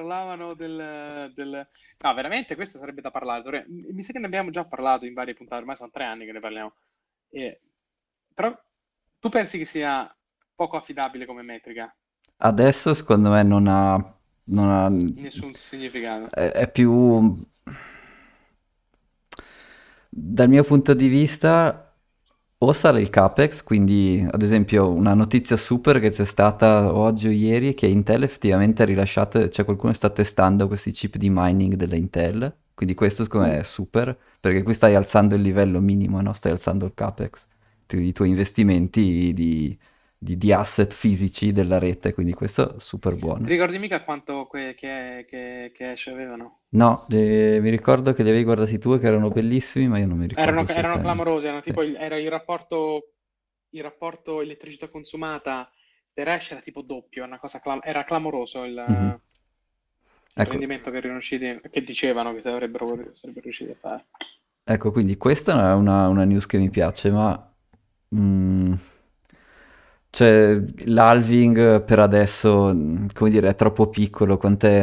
No, veramente, questo sarebbe da parlare. Mi sa che ne abbiamo già parlato in varie puntate, ormai sono 3 anni che ne parliamo. Eh, Però tu pensi che sia poco affidabile come metrica? Adesso secondo me non ha, Nessun significato. è più, dal mio punto di vista, o sarà il CAPEX, quindi ad esempio una notizia super che c'è stata oggi o ieri è che Intel effettivamente ha rilasciato, cioè qualcuno sta testando questi chip di mining della Intel, quindi questo secondo me è super, perché qui stai alzando il livello minimo, no? Stai alzando il CAPEX, i tuoi investimenti di asset fisici della rete, quindi questo è super Ti buono. ricordi mica quanto che hash avevano? No, mi ricordo che li avevi guardati tu e che erano bellissimi, ma io non mi ricordo Erano assolutamente. clamorosi, erano Sì. tipo era il rapporto elettricità consumata per hash era tipo doppio, era clamoroso Mhm. il Ecco, rendimento che dicevano che sarebbero riusciti a fare. ecco, quindi questa è una news che mi piace, ma Mm, cioè, l'halving per adesso, come dire, è troppo piccolo, quant'è?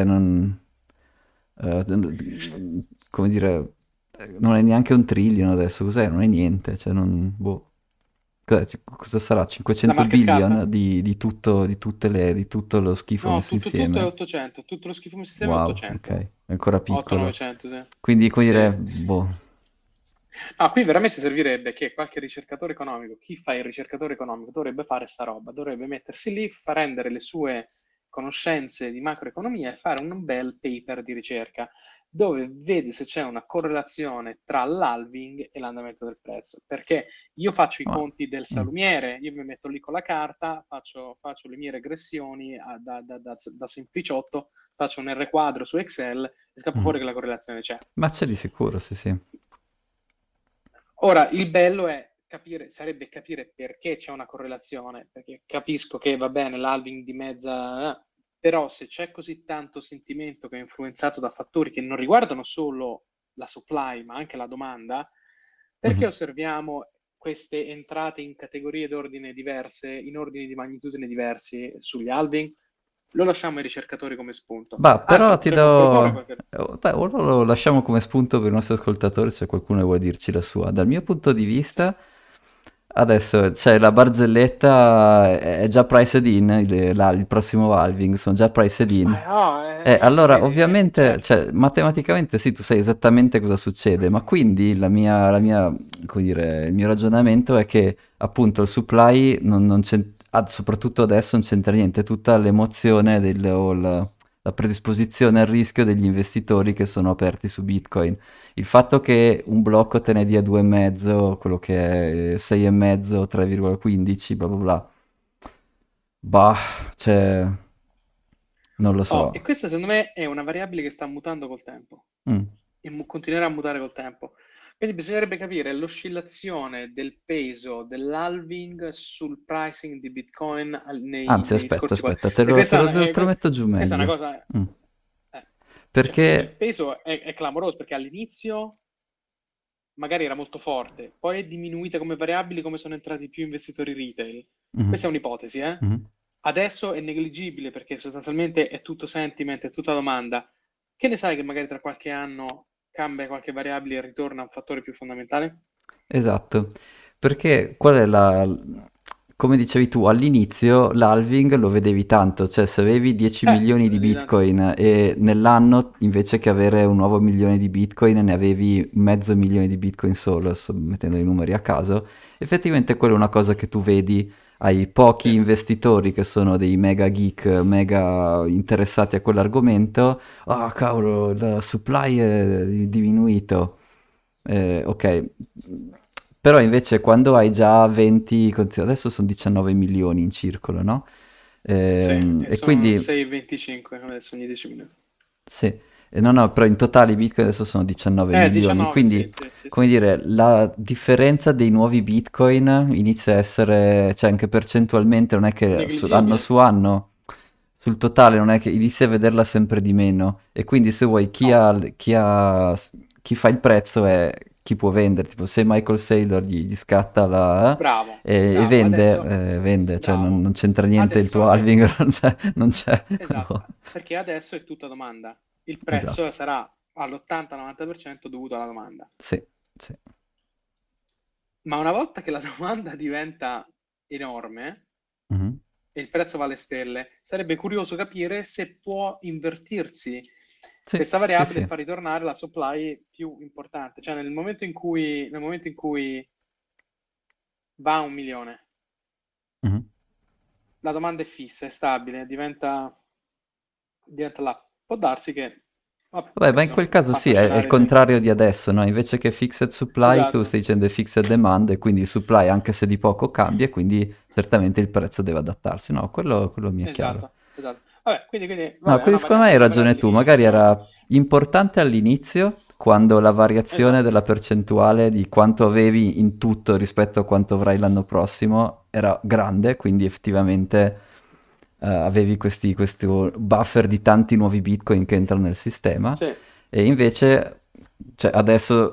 Come dire, non è neanche un trillion adesso, cos'è? Non è niente, cioè non, boh. Cosa sarà? La 500 market cap? billion di tutto lo schifo No, messo tutto è insieme? 800, tutto lo schifo messo insieme è Wow, ok, 800. è ancora piccolo. 8-900, sì. Quindi, come dire, Sì. boh. Ah, qui veramente servirebbe che qualche ricercatore economico, chi fa il ricercatore economico, dovrebbe fare sta roba, dovrebbe mettersi lì, fa rendere le sue conoscenze di macroeconomia e fare un bel paper di ricerca dove vede se c'è una correlazione tra l'halving e l'andamento del prezzo. Perché io faccio i Ma- conti del mm, salumiere, io mi metto lì con la carta, faccio le mie regressioni da sempliciotto, faccio un R quadro su Excel e scappa mm. fuori che la correlazione c'è. Ma c'è di sicuro, sì, sì. Ora, il bello è capire, sarebbe capire perché c'è una correlazione, perché capisco che va bene l'halving di mezza, però se c'è così tanto sentimento che è influenzato da fattori che non riguardano solo la supply, ma anche la domanda, perché Mhm. osserviamo queste entrate in categorie d'ordine diverse, in ordini di magnitudine diversi sugli halving? Lo lasciamo ai ricercatori come spunto. Bah, Anzi, però ti potremmo proporre do... qualche... Beh, ora lo lasciamo come spunto per i nostri ascoltatori se qualcuno vuole dirci la sua. Dal mio punto di Sì. vista, adesso c'è la barzelletta, è già priced in, il prossimo halving, sono già priced in. No, Allora, vedi, ovviamente, certo. cioè, matematicamente sì, tu sai esattamente cosa succede, ma quindi come dire, il mio ragionamento è che appunto il supply non c'è, soprattutto adesso non c'entra niente, è tutta l'emozione o la predisposizione al rischio degli investitori che sono aperti su Bitcoin. Il fatto che un blocco te ne dia 2,5, quello che è 6,5, 3,15, bla bla bla, bah, cioè, non lo Oh, e so. questa secondo me è una variabile che sta mutando col tempo Mm. e continuerà a mutare col tempo. Quindi bisognerebbe capire l'oscillazione del peso dell'halving sul pricing di Bitcoin Anzi, nei aspetta, scorsi quarti. aspetta, E questa è una, te lo metto giù questa è una meglio. cosa, Mm. cioè, il Perché, peso è clamoroso perché all'inizio magari era molto forte, poi è diminuita come variabile come sono entrati più investitori retail. mhm, Questa è un'ipotesi, eh? mhm. Adesso è negligibile perché sostanzialmente è tutto sentiment, è tutta domanda. Che ne sai che magari tra qualche anno cambia qualche variabile e ritorna a un fattore più fondamentale? Esatto, perché come dicevi tu, all'inizio l'halving lo vedevi tanto, cioè se avevi 10 milioni di Vedi tanto. Bitcoin e nell'anno invece che avere un nuovo milione di Bitcoin ne avevi mezzo milione di Bitcoin solo, sto mettendo i numeri a caso, effettivamente quella è una cosa che tu vedi ai pochi Sì. investitori che sono dei mega geek, mega interessati a quell'argomento. Ah, cavolo, la supply è diminuito. Ok, però invece quando hai già 20, adesso sono 19 milioni in circolo, no? Sì, e E sono quindi 6,25 adesso ogni 10 minuti. sì, no, no, però in totale i Bitcoin adesso sono 19 milioni, 19, sì, quindi, sì, sì, sì, come sì. dire, la differenza dei nuovi Bitcoin inizia a essere, cioè anche percentualmente, non è che anno Negligibile? su anno, sul totale non è che inizi a vederla sempre di meno, e quindi se vuoi No, chi fa il prezzo è chi può vendere, tipo se Michael Saylor gli scatta bravo, e bravo. vende, Adesso, vende, cioè bravo. non c'entra niente il tuo Adesso è halving, non c'è, boh. esatto, perché adesso è tutta domanda. Il prezzo Esatto. sarà all'80-90% dovuto alla domanda. Sì, sì. Ma una volta che la domanda diventa enorme Mhm. e il prezzo va alle stelle, sarebbe curioso capire se può invertirsi Sì, questa sì, variabile e sì. far ritornare la supply più importante. Cioè nel momento in cui va a 1 milione, Mhm. la domanda è fissa, è stabile, diventa là. Può darsi che, vabbè, Vabbè, ma in questo quel caso sì, fatta è il scenari ben... contrario di adesso, no? Invece che fixed supply, tu Esatto, stai dicendo fixed demand e quindi il supply, anche se di poco, cambia e quindi certamente il prezzo deve adattarsi. No, quello mi è chiaro. esatto, esatto. Vabbè, quindi, No, vabbè, quindi secondo me hai è una ragione variabile tu, che magari ignoriamo. era importante all'inizio, quando la variazione Esatto, della percentuale di quanto avevi in tutto rispetto a quanto avrai l'anno prossimo era grande, quindi effettivamente avevi questo buffer di tanti nuovi bitcoin che entrano nel sistema, sì, e invece, cioè adesso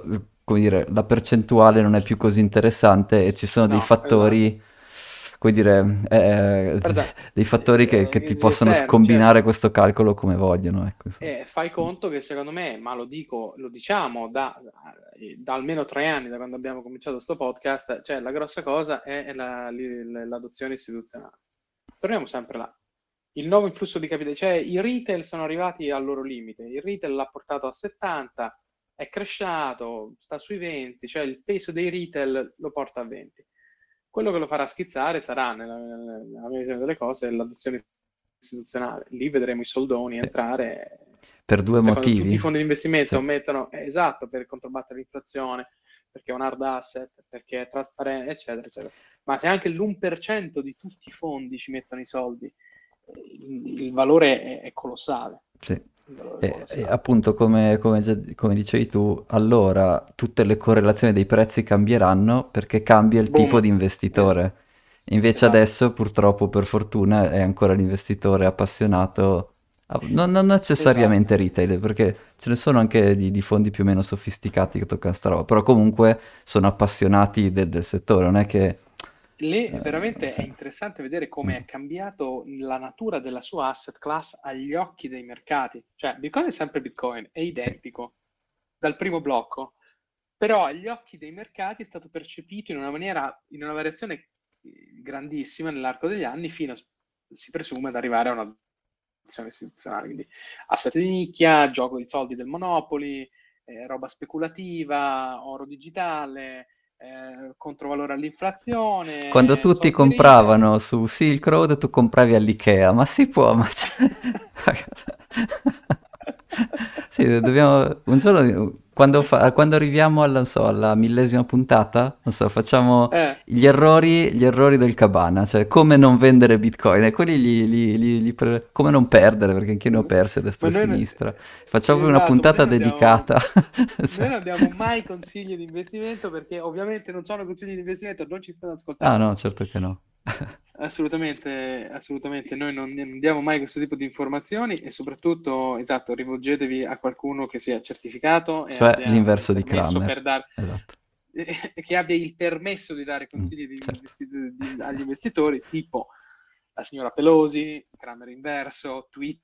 come dire, la percentuale non è più così interessante e ci sono dei No, esatto. fattori, come dire, Guarda, dei fattori che ti possono esterni, scombinare certo. questo calcolo come vogliono, ecco, insomma. Fai conto che secondo me, ma lo dico, lo diciamo da almeno 3 anni, da quando abbiamo cominciato sto podcast, cioè la grossa cosa è l'adozione istituzionale. Torniamo sempre là. Il nuovo influsso di capitale, cioè i retail sono arrivati al loro limite, il retail l'ha portato a 70, è cresciato, sta sui 20, cioè il peso dei retail lo porta a 20. Quello che lo farà schizzare sarà, nella mia visione delle cose, l'adozione istituzionale. Lì vedremo i soldoni Sì. entrare, Per due cioè quando tutti i motivi. fondi di Sì. investimento mettono, esatto, per controbattere l'inflazione, perché è un hard asset, perché è trasparente, eccetera, eccetera. Ma se anche l'1% di tutti i fondi ci mettono i soldi, il valore è colossale. Sì. Il valore è E colossale. appunto, come dicevi tu, allora tutte le correlazioni dei prezzi cambieranno perché cambia il tipo Boom. di Es- investitore. Invece esatto, adesso, purtroppo, per fortuna, è ancora l'investitore appassionato, non necessariamente esatto. retail, perché ce ne sono anche di fondi più o meno sofisticati che toccano sta roba, però comunque sono appassionati del settore, non è che... Lì veramente è sì. interessante vedere Mm. come è cambiato la natura della sua asset class agli occhi dei mercati. Cioè, Bitcoin è sempre Bitcoin, è Sì. identico dal primo blocco, però agli occhi dei mercati è stato percepito in una maniera, in una variazione grandissima nell'arco degli anni, fino a, si presume, ad arrivare a una azione istituzionale. Quindi asset di nicchia, gioco di soldi del Monopoly, roba speculativa, oro digitale, controvalore Quando all'inflazione, tutti soldi retail. compravano su Silk Road, tu compravi all'Ikea, ma si può, ma c'è... Sì, dobbiamo... Un giorno, quando arriviamo alla, non so, alla 1000ª puntata, non so, facciamo Eh, gli errori del Cabana, cioè come non vendere Bitcoin, e quelli come non perdere, perché anche io ne ho persi a destra ma e a noi, sinistra. Facciamo una esatto, ma puntata dedicata. noi Cioè... non diamo mai consigli di investimento perché ovviamente non sono consigli di investimento, non ci state Ah ascoltando. no, certo che no. Assolutamente, assolutamente, noi non diamo mai questo tipo di informazioni e soprattutto, esatto, rivolgetevi a qualcuno che sia certificato e Cioè abbia il l'inverso di permesso Kramer. per dare, Esatto. che abbia il permesso di dare Mm, consigli certo. agli investitori, tipo la signora Pelosi, Kramer inverso, tweet.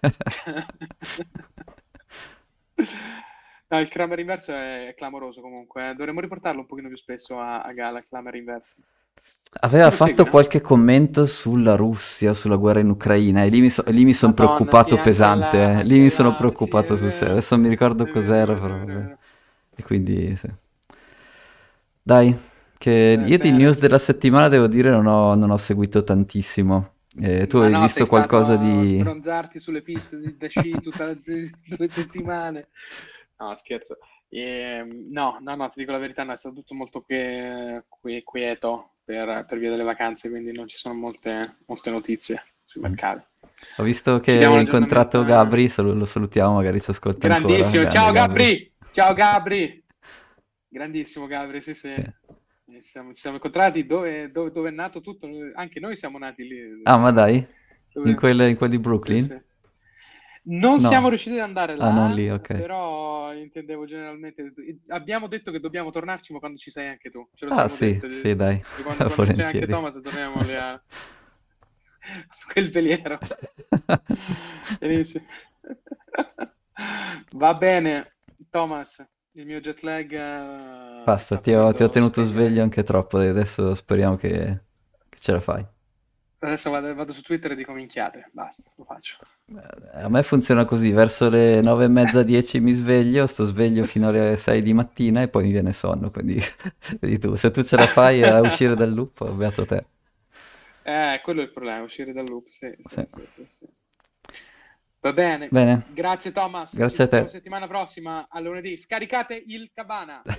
No, il Kramer inverso è clamoroso comunque, dovremmo riportarlo un pochino più spesso a gala, il Kramer inverso. Tu Aveva lo segui, fatto no? qualche commento sulla Russia, sulla guerra in Ucraina, e lì mi sono Madonna, sì, preoccupato pesante, Lì anche mi sono là, sì, preoccupato sul serio. Adesso non mi ricordo è vero, è cos'era, vero, è però vero, è vabbè. vero. E quindi, sì. Dai, che io di Bene, news della settimana devo dire non ho seguito tantissimo. Tu ma hai no, sei visto stato qualcosa a di... sbronzarti sulle piste da sci tutta 2 settimane. No, scherzo. No, no, no, ti dico la verità, no, è stato tutto molto quieto per via delle vacanze, quindi non ci sono molte notizie sui Mm. mercati. Ho visto che Ci diamo un hai aggiornamento. incontrato Gabri, lo salutiamo, magari ci ascolta ancora. Grandissimo, Grande ciao Gabri. Gabri! Ciao Gabri! Grandissimo Gabri, sì, sì. Sì. Ci siamo incontrati dove è nato tutto, anche noi siamo nati lì. Ah, ma dai, in quel di Sì, Brooklyn? sì. Non siamo No. riusciti ad andare Ah, non là, lì, ok. però intendevo generalmente. Abbiamo detto che dobbiamo tornarci, ma quando ci sei anche tu. Ce lo Ah, siamo sì, detto. sì, dai, E quando c'è anche volentieri. Thomas, torniamo lì a quel veliero. Sì. Benissimo. Va bene, Thomas, il mio jet lag mi Basta, sta ti ho facendo tenuto spegnere. sveglio anche troppo, e adesso speriamo che ce la fai. Adesso vado su Twitter e dico minchiate. Basta, lo faccio. A me funziona così, verso le 9:30, 10 mi sveglio, sto sveglio fino alle 6 di mattina e poi mi viene sonno, quindi vedi tu, se tu ce la fai a uscire dal loop, beato te. Quello è il problema, uscire dal loop. Sì, Sì. sì, sì, sì, sì. Va bene. Bene, Grazie Thomas, ci grazie a sentiamo te. settimana prossima a lunedì. Scaricate il Cabana.